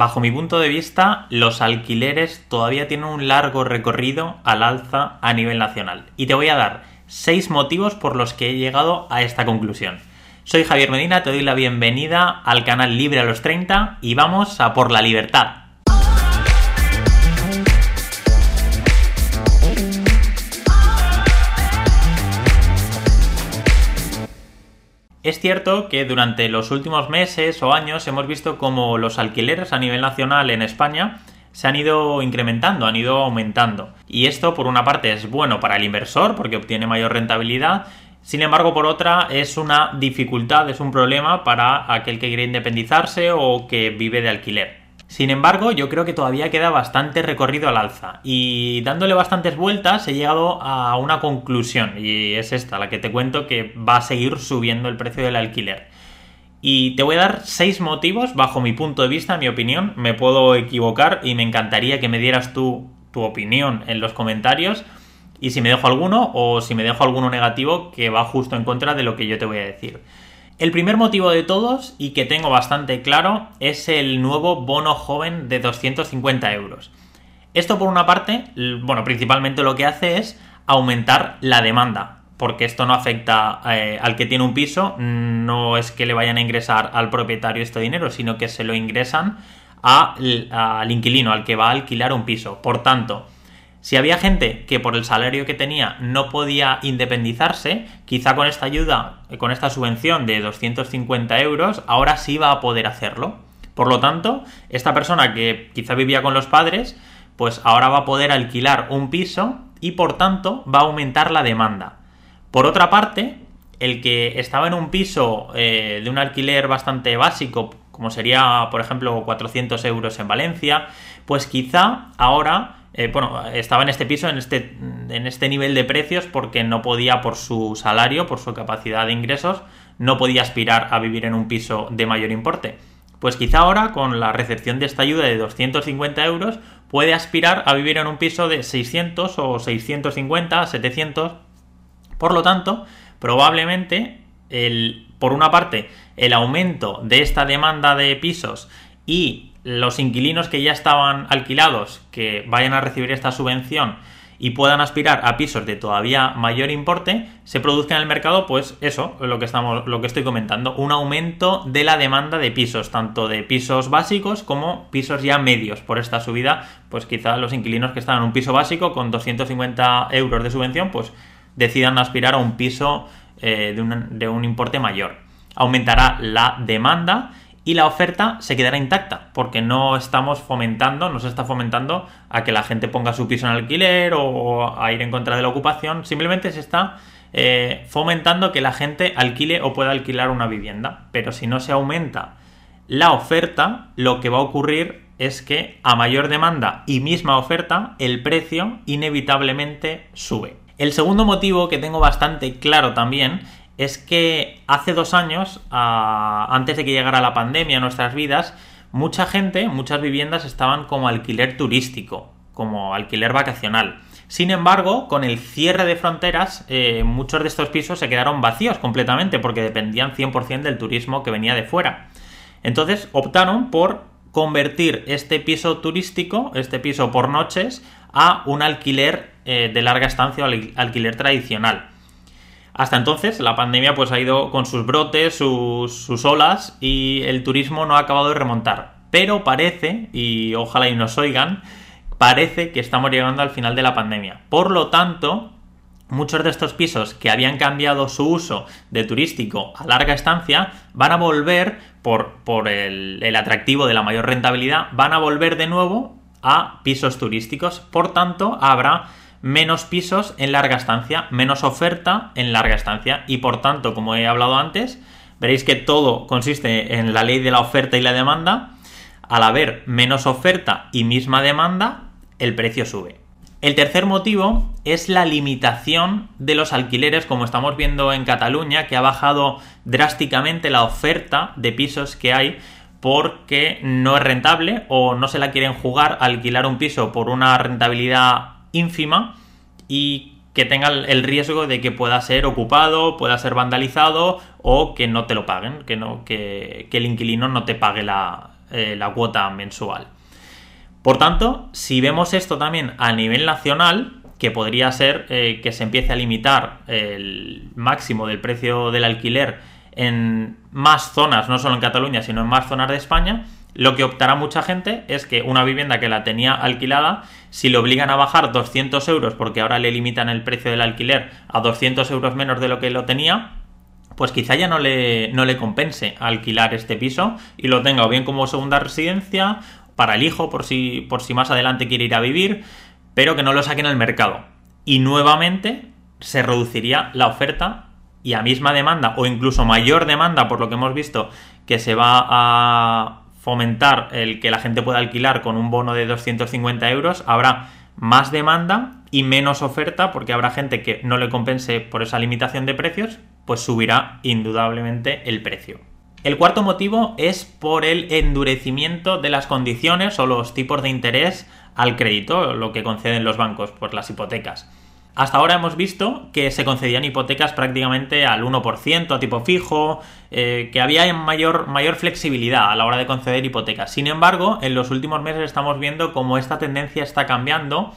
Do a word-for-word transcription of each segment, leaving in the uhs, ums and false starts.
bajo mi punto de vista, los alquileres todavía tienen un largo recorrido al alza a nivel nacional. Y te voy a dar seis motivos por los que he llegado a esta conclusión. Soy Javier Medina, te doy la bienvenida al canal Libre a los treinta y vamos a por la libertad. Es cierto que durante los últimos meses o años hemos visto como los alquileres a nivel nacional en España se han ido incrementando, han ido aumentando. Y esto, por una parte, es bueno para el inversor porque obtiene mayor rentabilidad. Sin embargo, por otra, es una dificultad, es un problema para aquel que quiere independizarse o que vive de alquiler. Sin embargo, yo creo que todavía queda bastante recorrido al alza y dándole bastantes vueltas he llegado a una conclusión y es esta, la que te cuento, que va a seguir subiendo el precio del alquiler. Y te voy a dar seis motivos bajo mi punto de vista, mi opinión. Me puedo equivocar y me encantaría que me dieras tú tu opinión en los comentarios y si me dejo alguno o si me dejo alguno negativo que va justo en contra de lo que yo te voy a decir. El primer motivo de todos, y que tengo bastante claro, es el nuevo bono joven de doscientos cincuenta euros. Esto, por una parte, bueno, principalmente lo que hace es aumentar la demanda, porque esto no afecta eh, al que tiene un piso, no es que le vayan a ingresar al propietario este dinero, sino que se lo ingresan a, a, al inquilino, al que va a alquilar un piso. Por tanto, si había gente que por el salario que tenía no podía independizarse, quizá con esta ayuda, con esta subvención de doscientos cincuenta euros, ahora sí va a poder hacerlo. Por lo tanto, esta persona que quizá vivía con los padres, pues ahora va a poder alquilar un piso y por tanto va a aumentar la demanda. Por otra parte, el que estaba en un piso eh, de un alquiler bastante básico, como sería, por ejemplo, cuatrocientos euros en Valencia, pues quizá ahora... Eh, bueno, estaba en este piso, en este, en este nivel de precios porque no podía, por su salario, por su capacidad de ingresos, no podía aspirar a vivir en un piso de mayor importe. Pues quizá ahora, con la recepción de esta ayuda de doscientos cincuenta euros, puede aspirar a vivir en un piso de seiscientos o seiscientos cincuenta, setecientos. Por lo tanto, probablemente, el, por una parte, el aumento de esta demanda de pisos y los inquilinos que ya estaban alquilados que vayan a recibir esta subvención y puedan aspirar a pisos de todavía mayor importe, se produzca en el mercado, pues eso, lo que estamos, lo que estoy comentando, un aumento de la demanda de pisos, tanto de pisos básicos como pisos ya medios. Por esta subida, pues quizá los inquilinos que están en un piso básico con doscientos cincuenta euros de subvención, pues decidan aspirar a un piso eh, de, un, de un importe mayor. Aumentará la demanda y la oferta se quedará intacta, porque no estamos fomentando, no se está fomentando a que la gente ponga su piso en alquiler o a ir en contra de la ocupación, simplemente se está eh, fomentando que la gente alquile o pueda alquilar una vivienda. Pero si no se aumenta la oferta, lo que va a ocurrir es que a mayor demanda y misma oferta, el precio inevitablemente sube. El segundo motivo que tengo bastante claro también es que hace dos años, a, antes de que llegara la pandemia a nuestras vidas, mucha gente, muchas viviendas estaban como alquiler turístico, como alquiler vacacional. Sin embargo, con el cierre de fronteras, eh, muchos de estos pisos se quedaron vacíos completamente porque dependían cien por ciento del turismo que venía de fuera. Entonces optaron por convertir este piso turístico, este piso por noches, a un alquiler eh, de larga estancia o al, alquiler tradicional. Hasta entonces la pandemia pues ha ido con sus brotes, sus, sus olas y el turismo no ha acabado de remontar. Pero parece, y ojalá y nos oigan, parece que estamos llegando al final de la pandemia. Por lo tanto, muchos de estos pisos que habían cambiado su uso de turístico a larga estancia van a volver, por, por el, el atractivo de la mayor rentabilidad, van a volver de nuevo a pisos turísticos. Por tanto, habrá menos pisos en larga estancia, menos oferta en larga estancia y por tanto, como he hablado antes, veréis que todo consiste en la ley de la oferta y la demanda. Al haber menos oferta y misma demanda, el precio sube. El tercer motivo es la limitación de los alquileres, como estamos viendo en Cataluña, que ha bajado drásticamente la oferta de pisos que hay porque no es rentable o no se la quieren jugar a alquilar un piso por una rentabilidad ínfima y que tenga el riesgo de que pueda ser ocupado, pueda ser vandalizado o que no te lo paguen, que, no, que, que el inquilino no te pague la, eh, la cuota mensual. Por tanto, si vemos esto también a nivel nacional, que podría ser eh, que se empiece a limitar el máximo del precio del alquiler en más zonas, no solo en Cataluña, sino en más zonas de España, lo que optará mucha gente es que una vivienda que la tenía alquilada, si le obligan a bajar doscientos euros, porque ahora le limitan el precio del alquiler a doscientos euros menos de lo que lo tenía, pues quizá ya no le, no le compense alquilar este piso y lo tenga o bien como segunda residencia para el hijo, por si, por si más adelante quiere ir a vivir, pero que no lo saquen al mercado. Y nuevamente se reduciría la oferta y a misma demanda o incluso mayor demanda, por lo que hemos visto que se va a fomentar el que la gente pueda alquilar con un bono de doscientos cincuenta euros, habrá más demanda y menos oferta, porque habrá gente que no le compense por esa limitación de precios, pues subirá indudablemente el precio. El cuarto motivo es por el endurecimiento de las condiciones o los tipos de interés al crédito, lo que conceden los bancos, pues las hipotecas. Hasta ahora hemos visto que se concedían hipotecas prácticamente al uno por ciento a tipo fijo, eh, que había mayor, mayor flexibilidad a la hora de conceder hipotecas. Sin embargo, en los últimos meses estamos viendo cómo esta tendencia está cambiando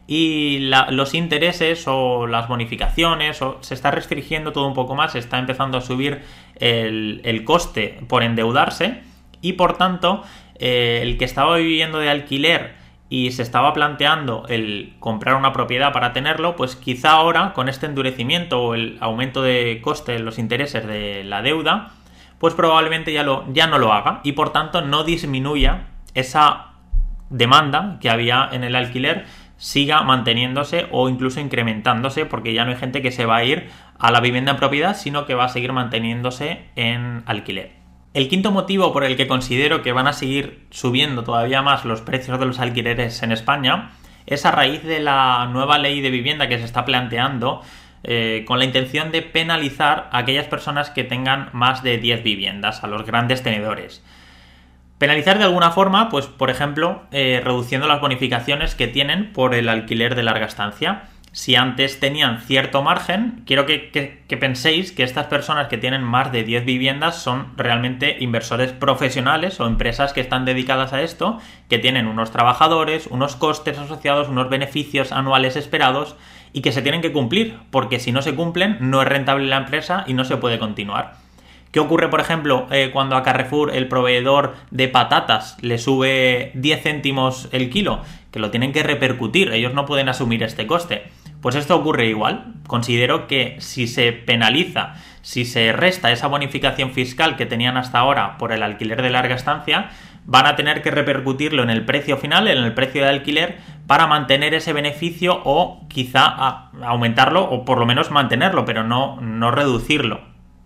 y la, los intereses o las bonificaciones o se está restringiendo todo un poco más, se está empezando a subir el, el coste por endeudarse y por tanto eh, el que estaba viviendo de alquiler y se estaba planteando el comprar una propiedad para tenerlo, pues quizá ahora con este endurecimiento o el aumento de coste en los intereses de la deuda, pues probablemente ya, lo, ya no lo haga y por tanto no disminuya esa demanda que había en el alquiler, siga manteniéndose o incluso incrementándose, porque ya no hay gente que se va a ir a la vivienda en propiedad, sino que va a seguir manteniéndose en alquiler. El quinto motivo por el que considero que van a seguir subiendo todavía más los precios de los alquileres en España es a raíz de la nueva ley de vivienda que se está planteando eh, con la intención de penalizar a aquellas personas que tengan más de diez viviendas, a los grandes tenedores. Penalizar de alguna forma, pues por ejemplo, eh, reduciendo las bonificaciones que tienen por el alquiler de larga estancia. Si antes tenían cierto margen, quiero que, que, que penséis que estas personas que tienen más de diez viviendas son realmente inversores profesionales o empresas que están dedicadas a esto, que tienen unos trabajadores, unos costes asociados, unos beneficios anuales esperados y que se tienen que cumplir, porque si no se cumplen no es rentable la empresa y no se puede continuar. ¿Qué ocurre, por ejemplo, eh, cuando a Carrefour, el proveedor de patatas, le sube diez céntimos el kilo? Que lo tienen que repercutir, ellos no pueden asumir este coste. Pues esto ocurre igual. Considero que si se penaliza, si se resta esa bonificación fiscal que tenían hasta ahora por el alquiler de larga estancia, van a tener que repercutirlo en el precio final, en el precio de alquiler, para mantener ese beneficio o quizá aumentarlo o por lo menos mantenerlo, pero no, no reducirlo.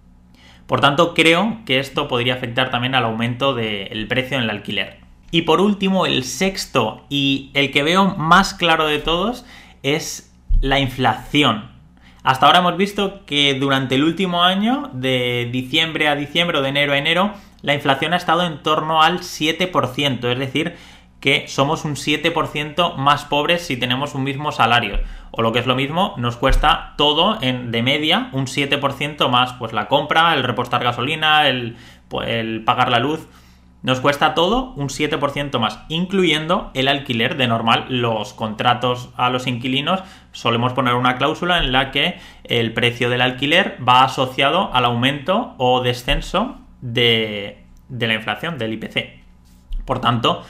Por tanto, creo que esto podría afectar también al aumento del precio en el alquiler. Y por último, el sexto y el que veo más claro de todos es la inflación. Hasta ahora hemos visto que durante el último año, de diciembre a diciembre o de enero a enero, la inflación ha estado en torno al siete por ciento, es decir, que somos un siete por ciento más pobres si tenemos un mismo salario. O lo que es lo mismo, nos cuesta todo en, de media un siete por ciento más, pues la compra, el repostar gasolina, el, pues, el pagar la luz. Nos cuesta todo un siete por ciento más, incluyendo el alquiler. De normal, los contratos a los inquilinos solemos poner una cláusula en la que el precio del alquiler va asociado al aumento o descenso de, de la inflación, del I P C. Por tanto,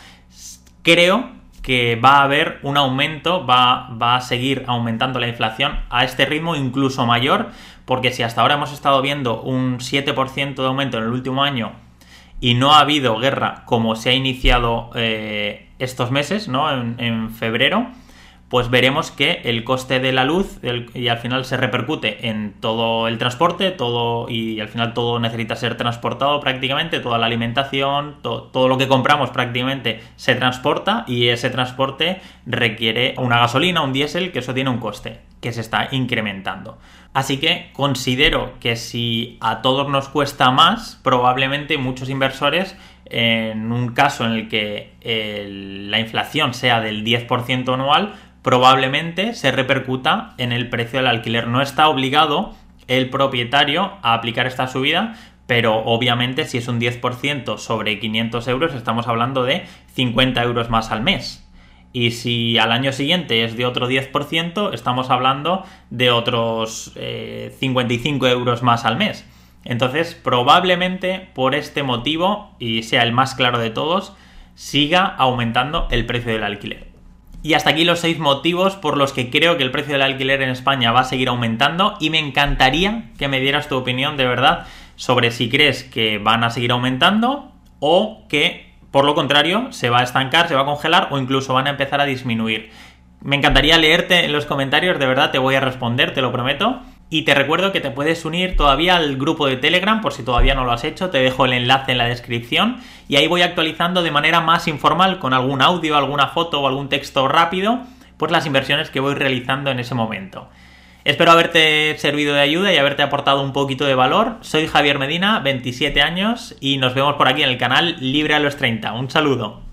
creo que va a haber un aumento, va, va a seguir aumentando la inflación a este ritmo incluso mayor, porque si hasta ahora hemos estado viendo un siete por ciento de aumento en el último año y no ha habido guerra como se ha iniciado eh, estos meses, ¿no? En, en febrero, pues veremos que el coste de la luz el, y al final se repercute en todo el transporte, todo y al final todo necesita ser transportado prácticamente, toda la alimentación, to, todo lo que compramos prácticamente se transporta y ese transporte requiere una gasolina, un diésel, que eso tiene un coste que se está incrementando. Así que considero que si a todos nos cuesta más, probablemente muchos inversores, en un caso en el que el, la inflación sea del diez por ciento anual, probablemente se repercuta en el precio del alquiler. No está obligado el propietario a aplicar esta subida, pero obviamente si es un diez por ciento sobre quinientos euros estamos hablando de cincuenta euros más al mes. Y si al año siguiente es de otro diez por ciento, estamos hablando de otros eh, cincuenta y cinco euros más al mes. Entonces, probablemente por este motivo, y sea el más claro de todos, siga aumentando el precio del alquiler. Y hasta aquí los seis motivos por los que creo que el precio del alquiler en España va a seguir aumentando, y me encantaría que me dieras tu opinión de verdad sobre si crees que van a seguir aumentando o que, por lo contrario, se va a estancar, se va a congelar o incluso van a empezar a disminuir. Me encantaría leerte en los comentarios, de verdad te voy a responder, te lo prometo. Y te recuerdo que te puedes unir todavía al grupo de Telegram, por si todavía no lo has hecho, te dejo el enlace en la descripción y ahí voy actualizando de manera más informal, con algún audio, alguna foto o algún texto rápido, pues las inversiones que voy realizando en ese momento. Espero haberte servido de ayuda y haberte aportado un poquito de valor. Soy Javier Medina, veintisiete años, y nos vemos por aquí en el canal Libre a los treinta. Un saludo.